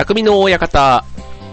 匠の館。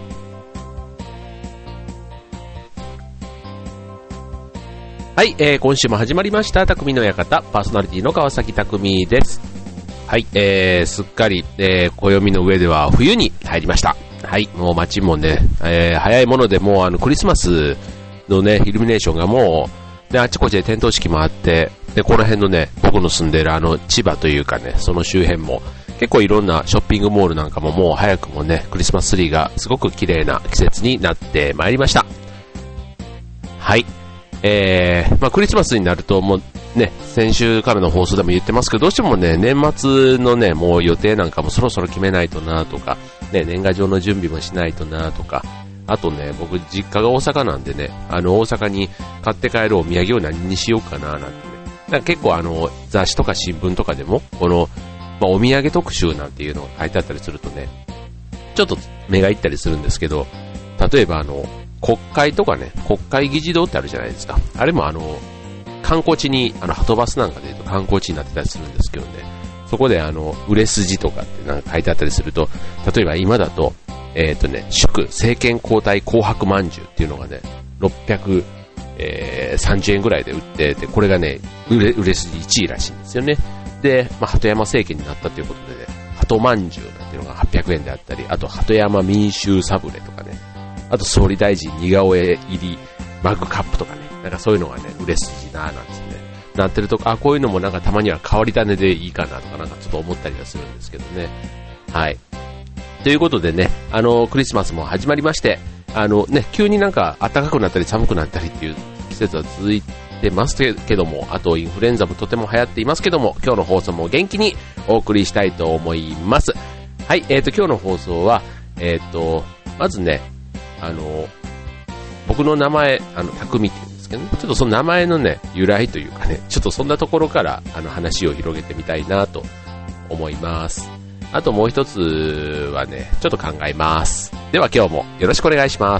はい、今週も始まりました匠の館、パーソナリティの川崎匠です。はい、すっかり、暦の上では冬に入りました。はい、もう街もね、早いものでもうクリスマスのねイルミネーションがもう、ね、あちこちで点灯式もあって、でこの辺のね僕の住んでる千葉というかね、その周辺も結構いろんなショッピングモールなんかももう早くもねクリスマスツリーがすごく綺麗な季節になってまいりました。はい、クリスマスになるともうね、先週からの放送でも言ってますけど、どうしてもね年末のねもう予定なんかもそろそろ決めないとなとかね、年賀状の準備もしないとなとか、あとね僕実家が大阪なんでね、大阪に買って帰るお土産を何にしようかななんてね、なんか結構雑誌とか新聞とかでもこのお土産特集なんていうのが書いてあったりするとね、ちょっと目がいったりするんですけど、例えば国会とかね、国会議事堂ってあるじゃないですか。あれも観光地にはとバスなんかで言うと観光地になってたりするんですけどね、そこで売れ筋とかってなんか書いてあったりすると、例えば今だと祝政権交代紅白まんじゅうっていうのがね630円ぐらいで売ってて、これがね売れ筋1位らしいんですよね。で、鳩山政権になったということでね、鳩まんじゅうなんていうのが800円であったり、あと鳩山民衆サブレとかね、あと総理大臣似顔絵入りマグカップとかね、なんかそういうのがね売れ筋ななんですね、なってると、こういうのもなんかたまには変わり種でいいかなとかなんかちょっと思ったりはするんですけどね。はい。ということでね、クリスマスも始まりまして、急になんか暖かくなったり寒くなったりっていう季節は続いてますけども、あとインフルエンザもとても流行っていますけども、今日の放送も元気にお送りしたいと思います。はい、今日の放送は、まずね、僕の名前、匠って言うんですけどね、ちょっとその名前のね、由来というかね、ちょっとそんなところから、話を広げてみたいなと思います。あともう一つはね、ちょっと考えます。では今日もよろしくお願いします。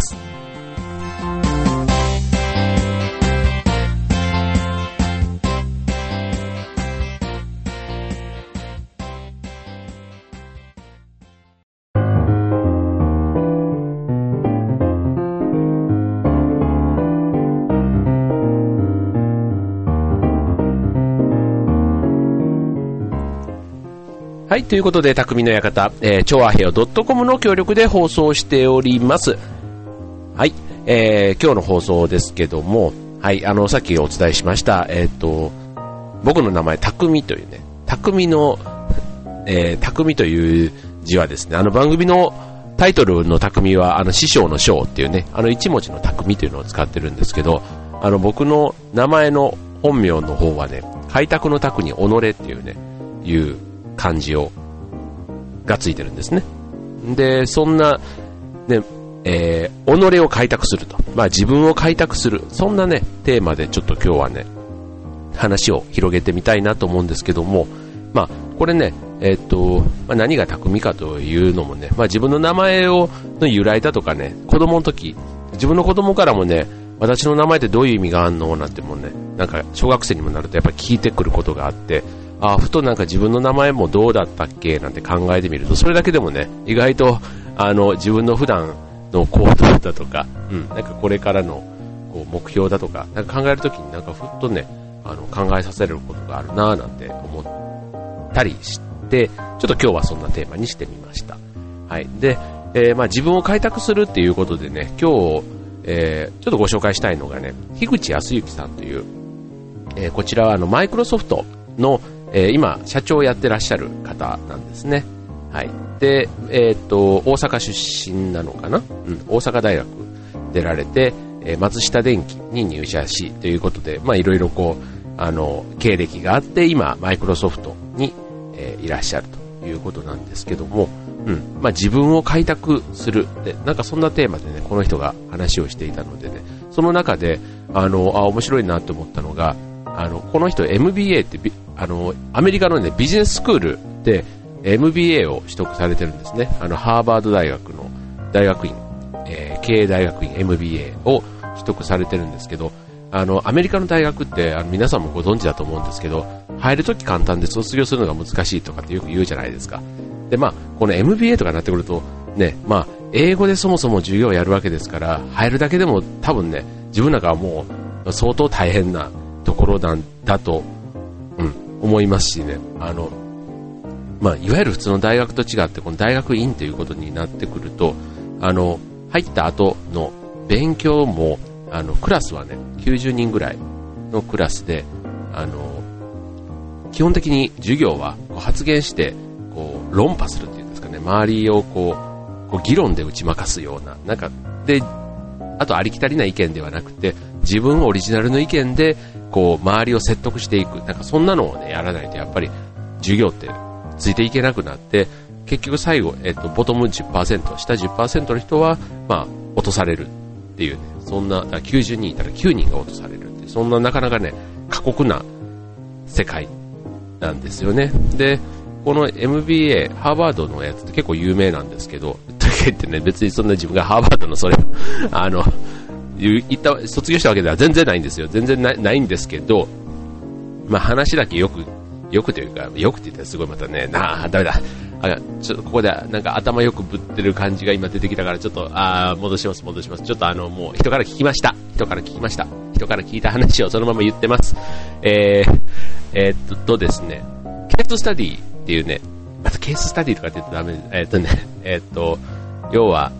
はい、ということで、匠の館、超和平洋 .com の協力で放送しております。はい、今日の放送ですけども、はい、さっきお伝えしました、僕の名前、匠というね、匠の、匠という字はですね、番組のタイトルの匠は、師匠の匠っていうね、一文字の匠というのを使ってるんですけど、僕の名前の本名の方はね、開拓の拓に己っていうね、いう漢字がついてるんですね。で、そんな、ね、己を開拓すると。自分を開拓する。そんなね、テーマでちょっと今日はね、話を広げてみたいなと思うんですけども、これね、何が匠かというのもね、自分の名前の由来だとかね、子供の時、自分の子供からもね、私の名前ってどういう意味があるのなんてもね、なんか小学生にもなるとやっぱり聞いてくることがあって、ふとなんか自分の名前もどうだったっけなんて考えてみると、それだけでもね、意外と自分の普段の行動だとか、なんかこれからのこう目標だとか、なんか考えるときになんかふっとね、考えさせることがあるなぁなんて思ったりして、ちょっと今日はそんなテーマにしてみました。はい。で、自分を開拓するっていうことでね、今日、ちょっとご紹介したいのがね、樋口康之さんという、こちらはマイクロソフトの今社長をやってらっしゃる方なんですね。はい。で、大阪出身なのかな、大阪大学出られて、松下電器に入社しということで、いろいろこう経歴があって今マイクロソフトに、いらっしゃるということなんですけども、自分を開拓するで、なんかそんなテーマでねこの人が話をしていたのでね、その中で面白いなと思ったのが、この人 MBA ってアメリカのねビジネススクールで MBA を取得されてるんですね。ハーバード大学の大学院、経営大学院 MBA を取得されてるんですけど、アメリカの大学って皆さんもご存知だと思うんですけど、入るとき簡単で卒業するのが難しいとかってよく言うじゃないですか。でこの MBA とかになってくるとね、まあ、英語でそもそも授業をやるわけですから、入るだけでも多分ね、自分なんかはもう相当大変なところなんだと、思いますしね、まあ、いわゆる普通の大学と違って、この大学院ということになってくると、入った後の勉強も、クラスはね、90人ぐらいのクラスで、基本的に授業はこう発言して、こう、論破するっていうんですかね、周りをこう議論で打ち負かすような、なんか、で、あとありきたりな意見ではなくて、自分オリジナルの意見で、こう、周りを説得していく。なんかそんなのをね、やらないと、やっぱり、授業ってついていけなくなって、結局最後、ボトム 10%、下 10% の人は、まあ、落とされるっていうね、そんな、90人いたら9人が落とされるっていう、そんななかなかね、過酷な世界なんですよね。で、この MBA、ハーバードのやつって結構有名なんですけど、と言ってね、別にそんな自分がハーバードのそれ、卒業したわけでは全然ないんですよ。全然ないんですけど、まあ話だけよくというか、よくって言ったらすごいまたね、ダメだ。ちょっとここでなんか頭よくぶってる感じが今出てきたから、ちょっと、戻します。ちょっともう人から聞きました。人から聞いた話をそのまま言ってます。ですね、ケーススタディっていうね、またケーススタディとかって言ってダメ、要は、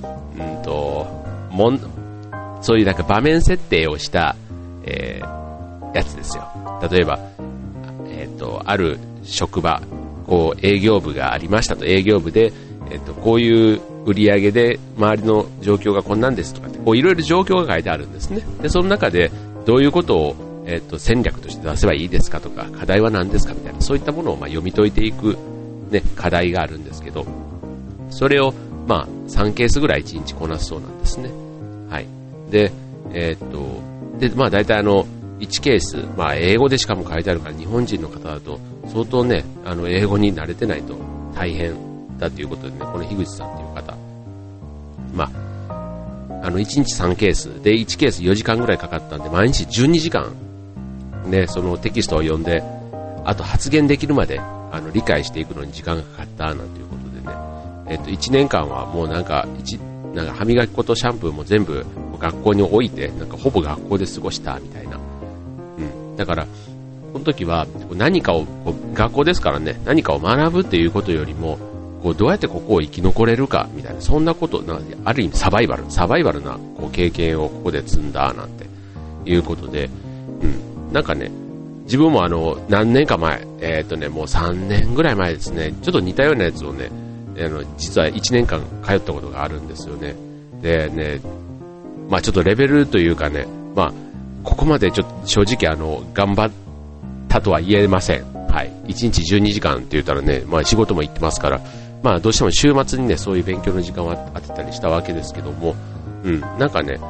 そういうなんか場面設定をした、やつですよ。例えば、ある職場、こう営業部がありましたと、営業部で、こういう売り上げで周りの状況がこんなんですとかって、こういろいろ状況が書いてあるんですね。で、その中でどういうことを、戦略として出せばいいですかとか、課題は何ですかみたいな、そういったものをまあ読み解いていく、ね、課題があるんですけど、それをまあ3ケースぐらい1日こなすそうなんですね。はい。で、まあ大体1ケース、まあ英語でしかも書いてあるから、日本人の方だと相当ね、英語に慣れてないと大変だということでね、この樋口さんという方、まあ、1日3ケースで1ケース4時間ぐらいかかったんで、毎日12時間ね、そのテキストを読んで、あと発言できるまで理解していくのに時間がかかったなんていうことでね、1年間はもうなんか歯磨き粉とシャンプーも全部学校に置いて、なんかほぼ学校で過ごしたみたいな。だから、この時は何かを、学校ですからね、何かを学ぶっていうことよりも、どうやってここを生き残れるかみたいな、そんなこと、ある意味サバイバルな経験をここで積んだなんていうことで、なんかね、自分も何年か前、もう3年ぐらい前ですね、ちょっと似たようなやつをね、実は1年間通ったことがあるんですよね。でね、まあちょっとレベルというかね、まあここまでちょっと正直頑張ったとは言えません。はい。1日12時間って言ったらね、まあ仕事も行ってますから、まあどうしても週末にね、そういう勉強の時間を当てたりしたわけですけども、なんかね、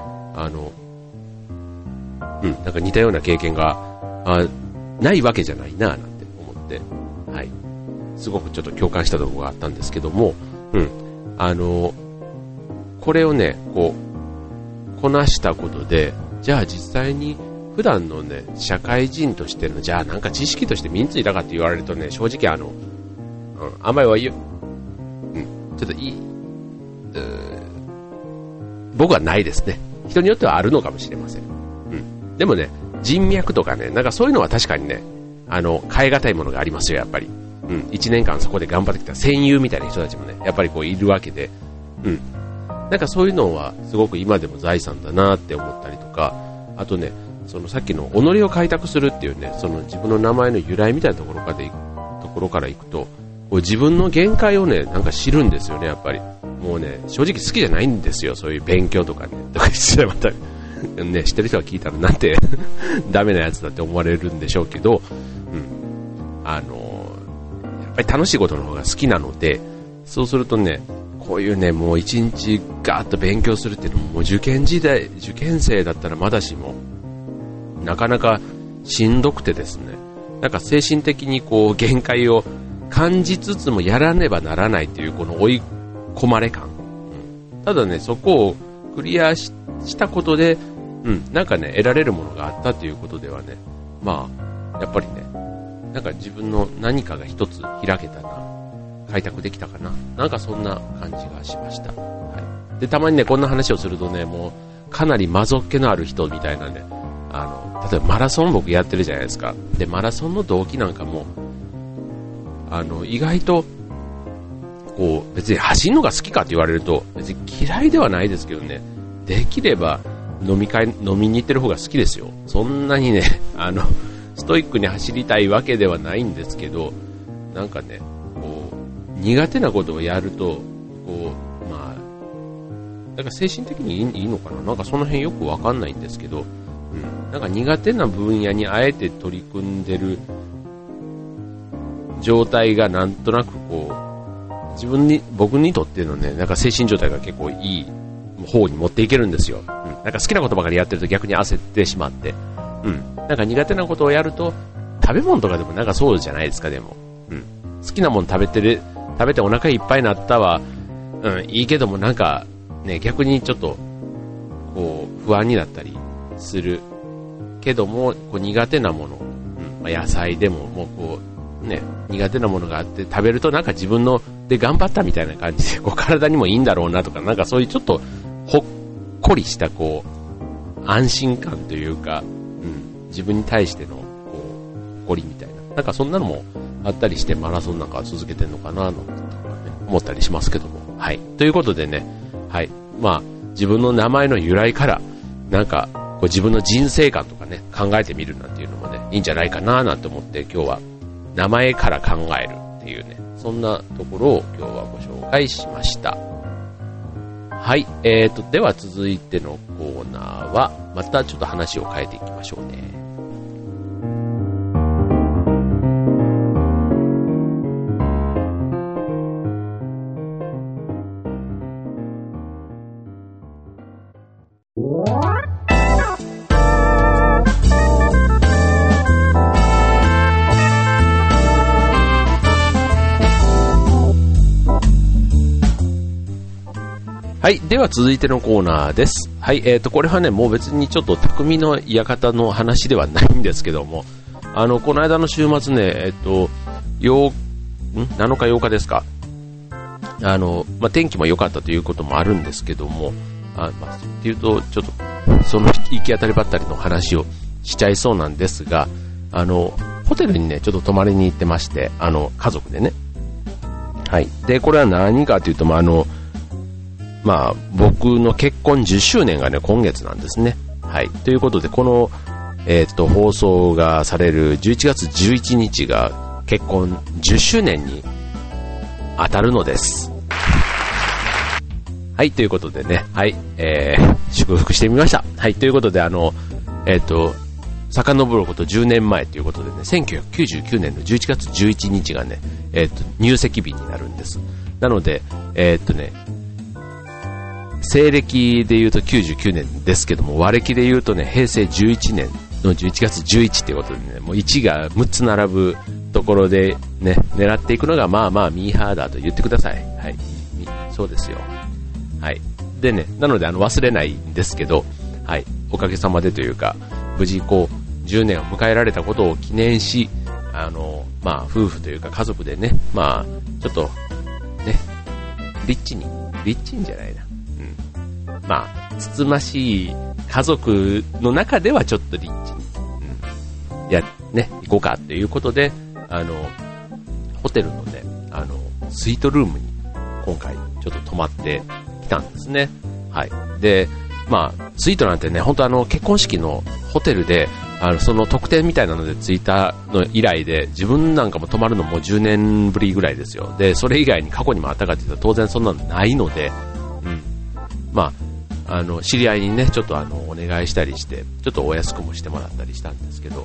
なんか似たような経験が、ないわけじゃないな、なんて思って、はい。すごくちょっと共感したところがあったんですけども、これをね、こなしたことで、じゃあ実際に普段のね、社会人としての、じゃあなんか知識として身についたかって言われるとね、正直あんまりはちょっと僕はないですね。人によってはあるのかもしれません。でもね、人脈とかね、なんかそういうのは確かにね、変え難いものがありますよ、やっぱり。1年間そこで頑張ってきた戦友みたいな人たちもね、やっぱりいるわけで、なんかそういうのはすごく今でも財産だなって思ったりとか、あとね、そのさっきの己を開拓するっていうね、その自分の名前の由来みたいなところからいくと、自分の限界をね、なんか知るんですよね、やっぱり。もうね、正直好きじゃないんですよ、そういう勉強とかね。とか実際またね、知ってる人が聞いたらなんてダメなやつだって思われるんでしょうけど、やっぱり楽しいことの方が好きなので、そうするとね、こういうね、もう一日ガーッと勉強するっていうのも、もう受験生だったらまだしも、なかなかしんどくてですね、なんか精神的に限界を感じつつもやらねばならないというこの追い込まれ感。ただね、そこをクリアしたことで、なんかね、得られるものがあったということではね、まあ、やっぱりね、なんか自分の何かが一つ開けたな。 開拓できたかな。なんかそんな感じがしました。はい。で、たまにね、こんな話をするとね、もう、かなり魔族気のある人みたいなね、例えばマラソン僕やってるじゃないですか。で、マラソンの動機なんかも、意外と、こう、別に走るのが好きかって言われると、別に嫌いではないですけどね、できれば飲みに行ってる方が好きですよ。そんなにね、ストイックに走りたいわけではないんですけど、なんかね、こう、苦手なことをやると、こう、まあ、なんか精神的にいいのかな、なんかその辺よくわかんないんですけど、なんか苦手な分野にあえて取り組んでる状態がなんとなくこう、僕にとってのね、なんか精神状態が結構いい方に持っていけるんですよ。なんか好きなことばかりやってると逆に焦ってしまって、なんか苦手なことをやると、食べ物とかでもなんかそうじゃないですか、でも。好きなもの食べてお腹いっぱいになったは、いいけどもなんかね、逆にちょっと、こう、不安になったりするけども、こう苦手なもの、野菜でも、もうこう、ね、苦手なものがあって食べるとなんか自分ので頑張ったみたいな感じで、こう体にもいいんだろうなとか、なんかそういうちょっとほっこりしたこう、安心感というか、自分に対してのこう、ほっこりみたいな、なんかそんなのもあったりしてマラソンなんか続けてるのかなとかね、思ったりしますけども。はい。ということでね、はい。まあ、自分の名前の由来から、なんか、こう自分の人生観とかね、考えてみるなんていうのもね、いいんじゃないかななんて思って今日は名前から考えるっていうね、そんなところを今日はご紹介しました。はい。では続いてのコーナーは、またちょっと話を変えていきましょうね。はい。では続いてのコーナーです。はい。これはね、もう別にちょっと匠の館の話ではないんですけども、この間の週末ね、7日8日ですか。天気も良かったということもあるんですけども、っていうと、ちょっと、その行き当たりばったりの話をしちゃいそうなんですが、ホテルにね、ちょっと泊まりに行ってまして、家族でね。はい。で、これは何かというと、僕の結婚10周年がね、今月なんですね。はい。ということで、この、放送がされる11月11日が結婚10周年に当たるのです。はい。ということでね、はい。祝福してみました。はい。ということで、遡ること10年前ということでね、1999年の11月11日がね、入籍日になるんです。なので、西暦で言うと99年ですけども、和暦で言うとね、平成11年の11月11っていうことでね、もう1が6つ並ぶところでね、狙っていくのがまあまあミーハーだと言ってください。はい。そうですよ。はい。でね、なので忘れないんですけど、はい。おかげさまでというか、無事こう、10年を迎えられたことを記念し、夫婦というか家族でね、ちょっと、ね、リッチにじゃないな。つつましい家族の中ではちょっとリッチに、行こうかということで、ホテルのね、スイートルームに今回ちょっと泊まってきたんですね。はい。で、スイートなんてね、本当結婚式のホテルで、その特典みたいなのでついたの以来で、自分なんかも泊まるのも10年ぶりぐらいですよ。で、それ以外に過去にもあったかって言ったら当然そんなのないので、知り合いにね、ちょっとお願いしたりして、ちょっとお安くもしてもらったりしたんですけど、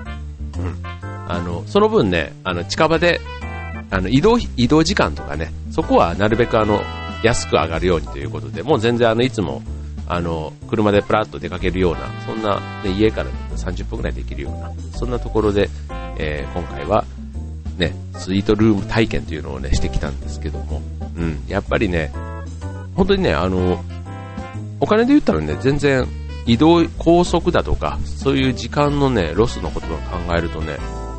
その分ね、近場で、移動時間とかね、そこはなるべく安く上がるようにということで、もう全然いつも、車でプラッと出かけるような、そんな、ね、家から30分くらいできるような、そんなところで、今回は、ね、スイートルーム体験というのをね、してきたんですけども、やっぱりね、本当にね、お金で言ったらね、全然高速だとか、そういう時間のね、ロスのことを考えるとね、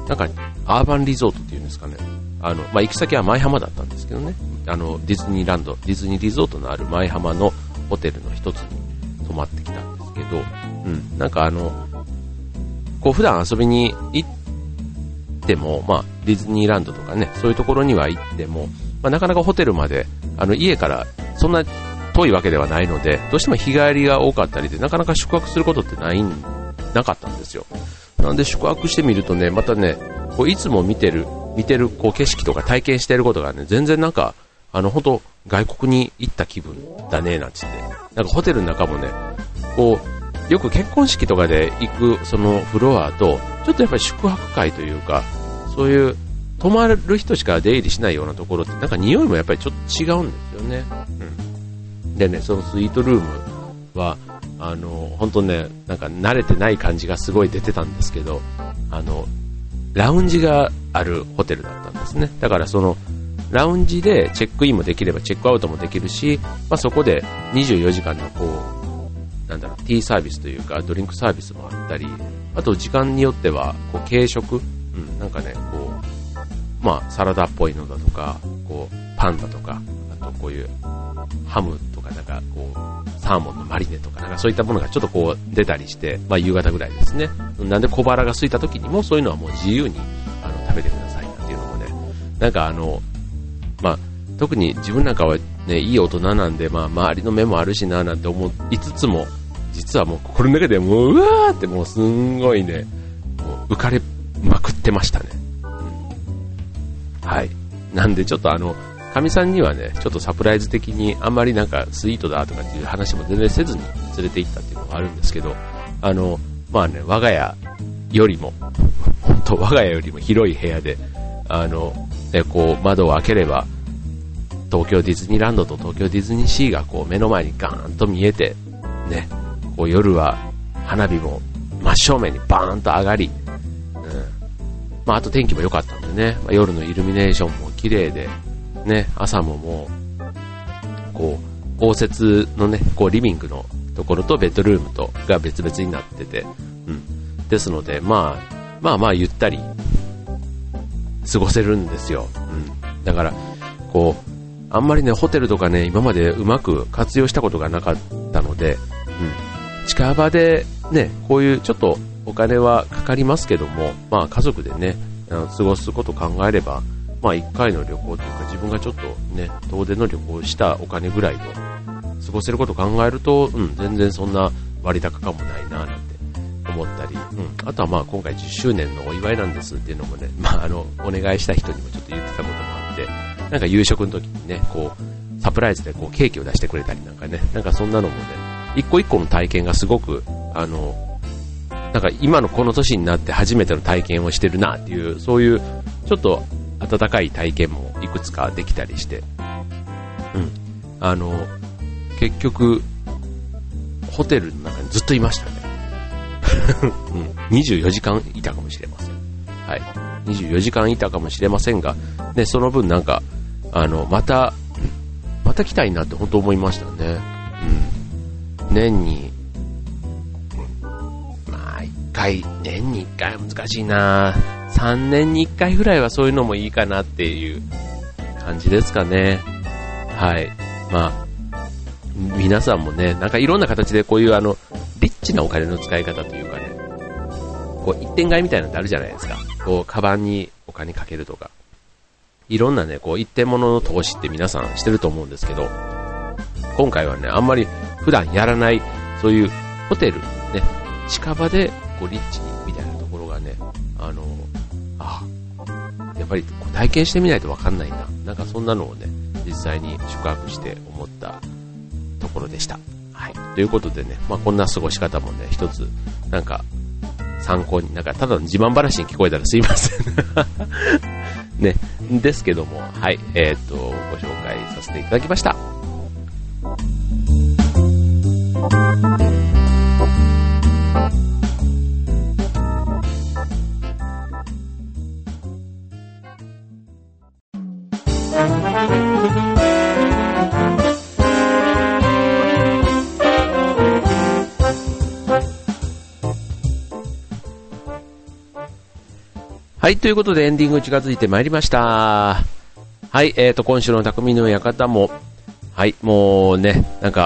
なんかアーバンリゾートっていうんですかね、行き先は舞浜だったんですけどね、ディズニーランド、ディズニーリゾートのある舞浜のホテルの一つに泊まってきたんですけど、なんかこう普段遊びに行っても、ディズニーランドとかね、そういうところには行っても、なかなかホテルまで、家からそんな遠いわけではないので、どうしても日帰りが多かったりで、なかなか宿泊することってなかったんですよ。なんで宿泊してみるとね、またね、こういつも見てるこう景色とか体験してることがね、全然なんか、本当外国に行った気分だね、なんつって。なんかホテルの中もね、こう、よく結婚式とかで行くそのフロアと、ちょっとやっぱり宿泊会というか、そういう泊まる人しか出入りしないようなところって、なんか匂いもやっぱりちょっと違うんですよね。でね、そのスイートルームは、本当ね、なんか慣れてない感じがすごい出てたんですけど、ラウンジがあるホテルだったんですね。だからその、ラウンジでチェックインもできればチェックアウトもできるし、そこで24時間のこう、ティーサービスというか、ドリンクサービスもあったり、あと時間によっては、こう、軽食、なんかね、こう、サラダっぽいのだとか、こう、パンだとか、あとこういう、ハムとかなんかこうサーモンのマリネとかなんかそういったものがちょっとこう出たりして、夕方ぐらいですね。なんで小腹が空いた時にもそういうのはもう自由に食べてくださいっていうのもね、なんか特に自分なんかはね、いい大人なんで、周りの目もあるしななんて思いつつも、実はもう心の中でもううわーってもうすんごいね、もう浮かれまくってましたね。はい。なんでちょっとかみさんにはね、ちょっとサプライズ的にあんまりなんかスイートだとかっていう話も全然せずに連れて行ったっていうのがあるんですけど、我が家よりも、本当我が家よりも広い部屋で、こう窓を開ければ、東京ディズニーランドと東京ディズニーシーがこう目の前にガーンと見えて、ね、こう夜は花火も真正面にバーンと上がり、あと天気も良かったんでね、夜のイルミネーションも綺麗で、ね、朝ももう、こう、応接のね、こうリビングのところとベッドルームとが別々になってて、ですので、ゆったり過ごせるんですよ。だから、こう、あんまりね、ホテルとかね、今までうまく活用したことがなかったので、近場でね、こういうちょっとお金はかかりますけども、家族でね、過ごすことを考えれば、1回の旅行というか自分がちょっとね、遠出の旅行したお金ぐらいで過ごせることを考えると、全然そんな割高かもないななんて思ったり、あとは今回10周年のお祝いなんですっていうのもね、お願いした人にもちょっと言ってたこともあって、なんか夕食の時にね、こう、サプライズでこうケーキを出してくれたりなんかね、なんかそんなのもね、一個一個の体験がすごく、なんか今のこの年になって初めての体験をしてるなっていう、そういうちょっと温かい体験もいくつかできたりして、結局ホテルの中にずっといましたね。24時間いたかもしれません。はい、24時間いたかもしれませんが、ね、その分なんかまた来たいなって本当思いましたね。年に年に1回は難しいな。3年に1回ぐらいはそういうのもいいかなっていう感じですかね。はい。皆さんもね、なんかいろんな形でこういうリッチなお金の使い方というかね、こう一点買いみたいなのってあるじゃないですか。こうカバンにお金かけるとか、いろんなね、こう一点物の投資って皆さんしてると思うんですけど、今回はね、あんまり普段やらないそういうホテルね、近場でこうリッチにみたいなところがね、やっぱり体験してみないと分かんないな、なんかそんなのをね、実際に宿泊して思ったところでした。はい。ということでね、こんな過ごし方もね、一つなんか参考に、なんかただの自慢話に聞こえたらすいませんね、ですけども、はい、ご紹介させていただきました。 はい、ということでエンディング近づいてまいりました。はい、今週の匠の館も、はい、もうね、なんか、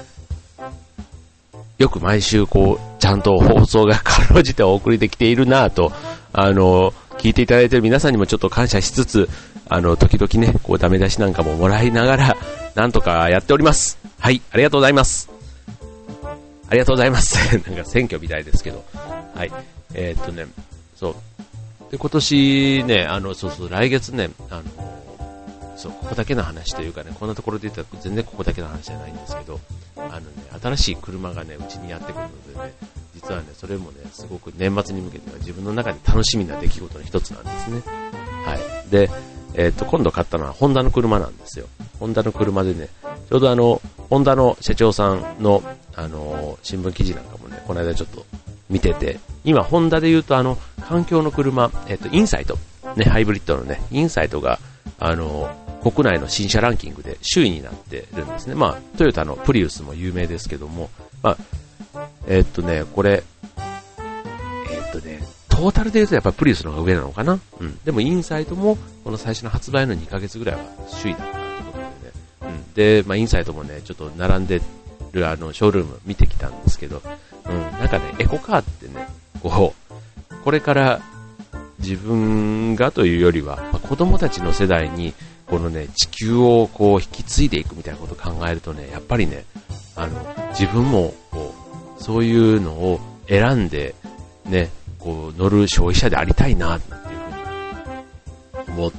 よく毎週こう、ちゃんと放送がかろうじてお送りできているなぁと、聞いていただいている皆さんにもちょっと感謝しつつ、時々ね、こうダメ出しなんかももらいながら、なんとかやっております。はい、ありがとうございます。ありがとうございます。なんか選挙みたいですけど。はい。そう。で、今年ね、来月ね、そう、ここだけの話というかね、こんなところで言ったら全然ここだけの話じゃないんですけど、新しい車がね、うちにやってくるのでね、実はね、それもね、すごく年末に向けては自分の中で楽しみな出来事の一つなんですね。はい。で、今度買ったのはホンダの車なんですよ。ホンダの車でね、ちょうどホンダの社長さんの、新聞記事なんかもね、この間ちょっと見てて、今、ホンダで言うと環境の車、インサイト、ね、ハイブリッドのね、インサイトが、国内の新車ランキングで首位になってるんですね。まあ、トヨタのプリウスも有名ですけども、まあ、これ、トータルで言うとやっぱりプリウスの方が上なのかな。うん。でもインサイトも、この最初の発売の2ヶ月ぐらいは首位だったということでね。うん。で、まあ、インサイトもね、ちょっと並んでるショールーム見てきたんですけど、うん。なんかね、エコカーってね、これから自分がというよりは、まあ、子供たちの世代に、このね、地球をこう引き継いでいくみたいなことを考えるとね、やっぱりね、自分もこう、そういうのを選んで、ね、こう乗る消費者でありたいな、っていうふうに思って、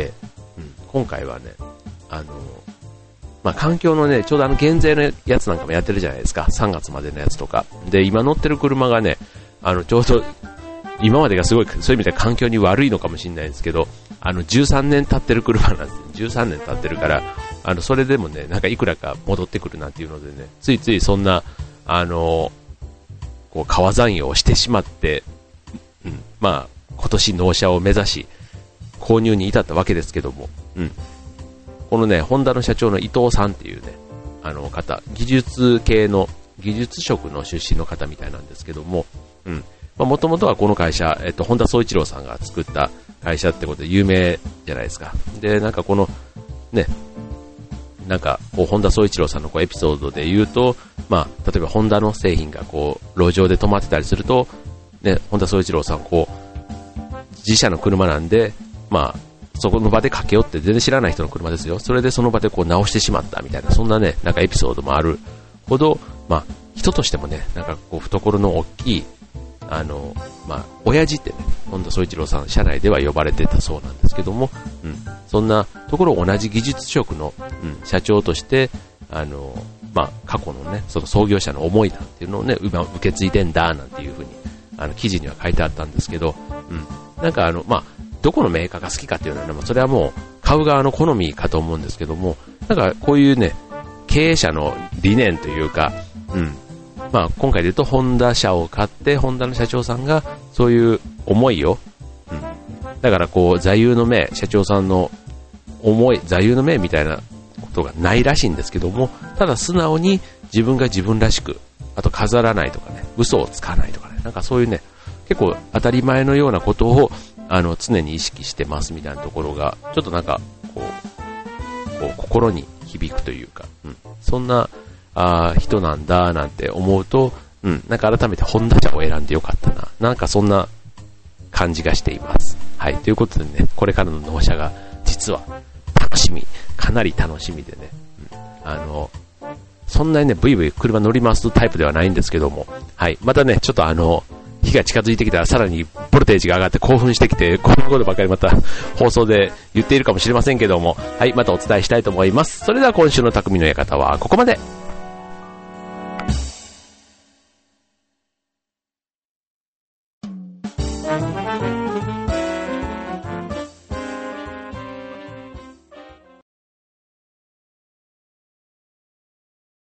うん、今回はね、まあ、環境のね、ちょうど減税のやつなんかもやってるじゃないですか。3月までのやつとか。で、今乗ってる車がね、ちょうど、今までがすごい、そういう意味で環境に悪いのかもしれないんですけど、13年経ってる車なんです。13年経ってるから、それでもね、なんかいくらか戻ってくるなんていうのでね、ついついそんな、こう、川残用をしてしまって、うん、まあ、今年納車を目指し、購入に至ったわけですけども、うん。このね、ホンダの社長の伊藤さんっていうね、方、技術職の出身の方みたいなんですけども、うん。もともとはこの会社、本田宗一郎さんが作った会社ってことで有名じゃないですか。で、なんかこの、ね、なんか、こう、本田宗一郎さんのこうエピソードで言うと、まあ、例えばホンダの製品がこう、路上で止まってたりすると、ね、本田宗一郎さん、こう、自社の車なんで、まあ、そこの場で駆け寄って全然知らない人の車ですよ。それでその場でこう直してしまったみたいな、そんなね、なんかエピソードもあるほど、まあ、人としてもね、なんかこう、懐の大きい、まあ、親父ってね、本田宗一郎さん、社内では呼ばれてたそうなんですけども、うん、そんなところを同じ技術職の、うん、社長として、まあ、過去のね、その創業者の思いなんていうのをね、受け継いでんだ、なんていうふうに、記事には書いてあったんですけど、うん、なんかまあ、どこのメーカーが好きかっていうのはね、まあ、それはもう、買う側の好みかと思うんですけども、なんかこういうね、経営者の理念というか、うん、まあ、今回で言うとホンダ車を買ってホンダの社長さんがそういう思いを、うん、だからこう座右の銘、社長さんの思い、座右の銘みたいなことがないらしいんですけども、ただ素直に自分が自分らしく、あと飾らないとかね、嘘をつかないとかね、なんかそういうね、結構当たり前のようなことを常に意識してますみたいなところがちょっとなんかこう心に響くというか、うん、そんな人なんだなんて思うと、うん、なんか改めてホンダ車を選んでよかったな。なんかそんな感じがしています。はい。ということでね、これからの納車が実は楽しみ。かなり楽しみでね。うん、そんなにね、ブイブイ車乗り回すタイプではないんですけども、はい。またね、ちょっと日が近づいてきたらさらにボルテージが上がって興奮してきて、こんなことばかりまた放送で言っているかもしれませんけども、はい。またお伝えしたいと思います。それでは今週の匠の館はここまで。